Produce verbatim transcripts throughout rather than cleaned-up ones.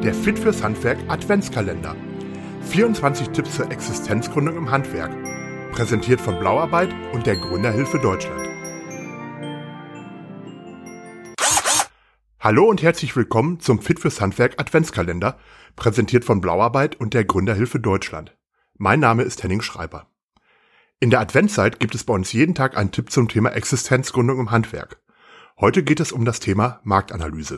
der Fit fürs Handwerk Adventskalender. vierundzwanzig Tipps zur Existenzgründung im Handwerk. Präsentiert von Blauarbeit und der Gründerhilfe Deutschland. Hallo und herzlich willkommen zum Fit fürs Handwerk Adventskalender, präsentiert von Blauarbeit und der Gründerhilfe Deutschland. Mein Name ist Henning Schreiber. In der Adventszeit gibt es bei uns jeden Tag einen Tipp zum Thema Existenzgründung im Handwerk. Heute geht es um das Thema Marktanalyse.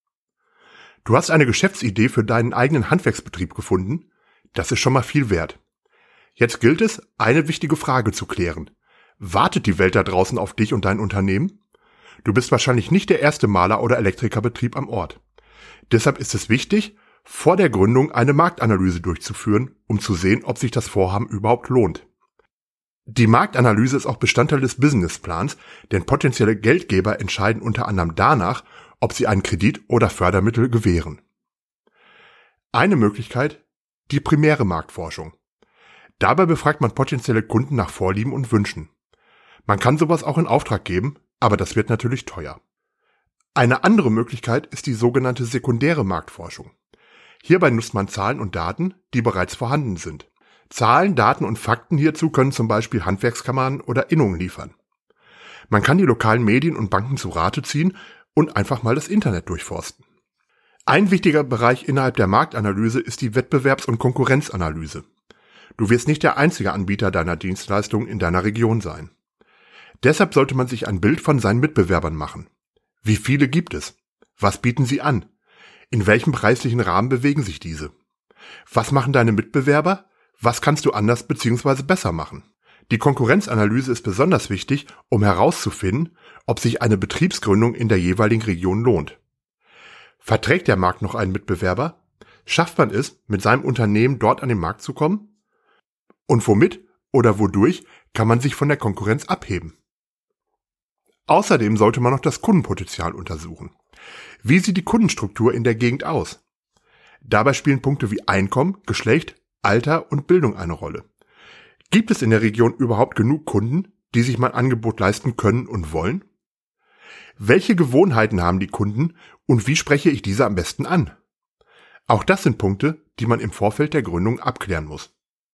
Du hast eine Geschäftsidee für deinen eigenen Handwerksbetrieb gefunden? Das ist schon mal viel wert. Jetzt gilt es, eine wichtige Frage zu klären. Wartet die Welt da draußen auf dich und dein Unternehmen? Du bist wahrscheinlich nicht der erste Maler- oder Elektrikerbetrieb am Ort. Deshalb ist es wichtig, vor der Gründung eine Marktanalyse durchzuführen, um zu sehen, ob sich das Vorhaben überhaupt lohnt. Die Marktanalyse ist auch Bestandteil des Businessplans, denn potenzielle Geldgeber entscheiden unter anderem danach, ob sie einen Kredit oder Fördermittel gewähren. Eine Möglichkeit, die primäre Marktforschung. Dabei befragt man potenzielle Kunden nach Vorlieben und Wünschen. Man kann sowas auch in Auftrag geben, aber das wird natürlich teuer. Eine andere Möglichkeit ist die sogenannte sekundäre Marktforschung. Hierbei nutzt man Zahlen und Daten, die bereits vorhanden sind. Zahlen, Daten und Fakten hierzu können zum Beispiel Handwerkskammern oder Innungen liefern. Man kann die lokalen Medien und Banken zu Rate ziehen und einfach mal das Internet durchforsten. Ein wichtiger Bereich innerhalb der Marktanalyse ist die Wettbewerbs- und Konkurrenzanalyse. Du wirst nicht der einzige Anbieter deiner Dienstleistung in deiner Region sein. Deshalb sollte man sich ein Bild von seinen Mitbewerbern machen. Wie viele gibt es? Was bieten sie an? In welchem preislichen Rahmen bewegen sich diese? Was machen deine Mitbewerber? Was kannst du anders bzw. besser machen? Die Konkurrenzanalyse ist besonders wichtig, um herauszufinden, ob sich eine Betriebsgründung in der jeweiligen Region lohnt. Verträgt der Markt noch einen Mitbewerber? Schafft man es, mit seinem Unternehmen dort an den Markt zu kommen? Und womit oder wodurch kann man sich von der Konkurrenz abheben? Außerdem sollte man noch das Kundenpotenzial untersuchen. Wie sieht die Kundenstruktur in der Gegend aus? Dabei spielen Punkte wie Einkommen, Geschlecht, Alter und Bildung eine Rolle. Gibt es in der Region überhaupt genug Kunden, die sich mein Angebot leisten können und wollen? Welche Gewohnheiten haben die Kunden und wie spreche ich diese am besten an? Auch das sind Punkte, die man im Vorfeld der Gründung abklären muss.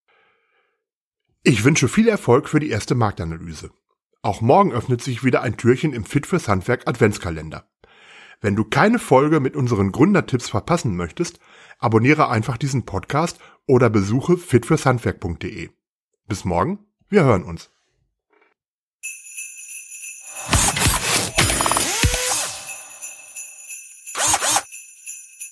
Ich wünsche viel Erfolg für die erste Marktanalyse. Auch morgen öffnet sich wieder ein Türchen im Fit fürs Handwerk Adventskalender. Wenn du keine Folge mit unseren Gründertipps verpassen möchtest, abonniere einfach diesen Podcast oder besuche fit fürs handwerk punkt de. Bis morgen, wir hören uns.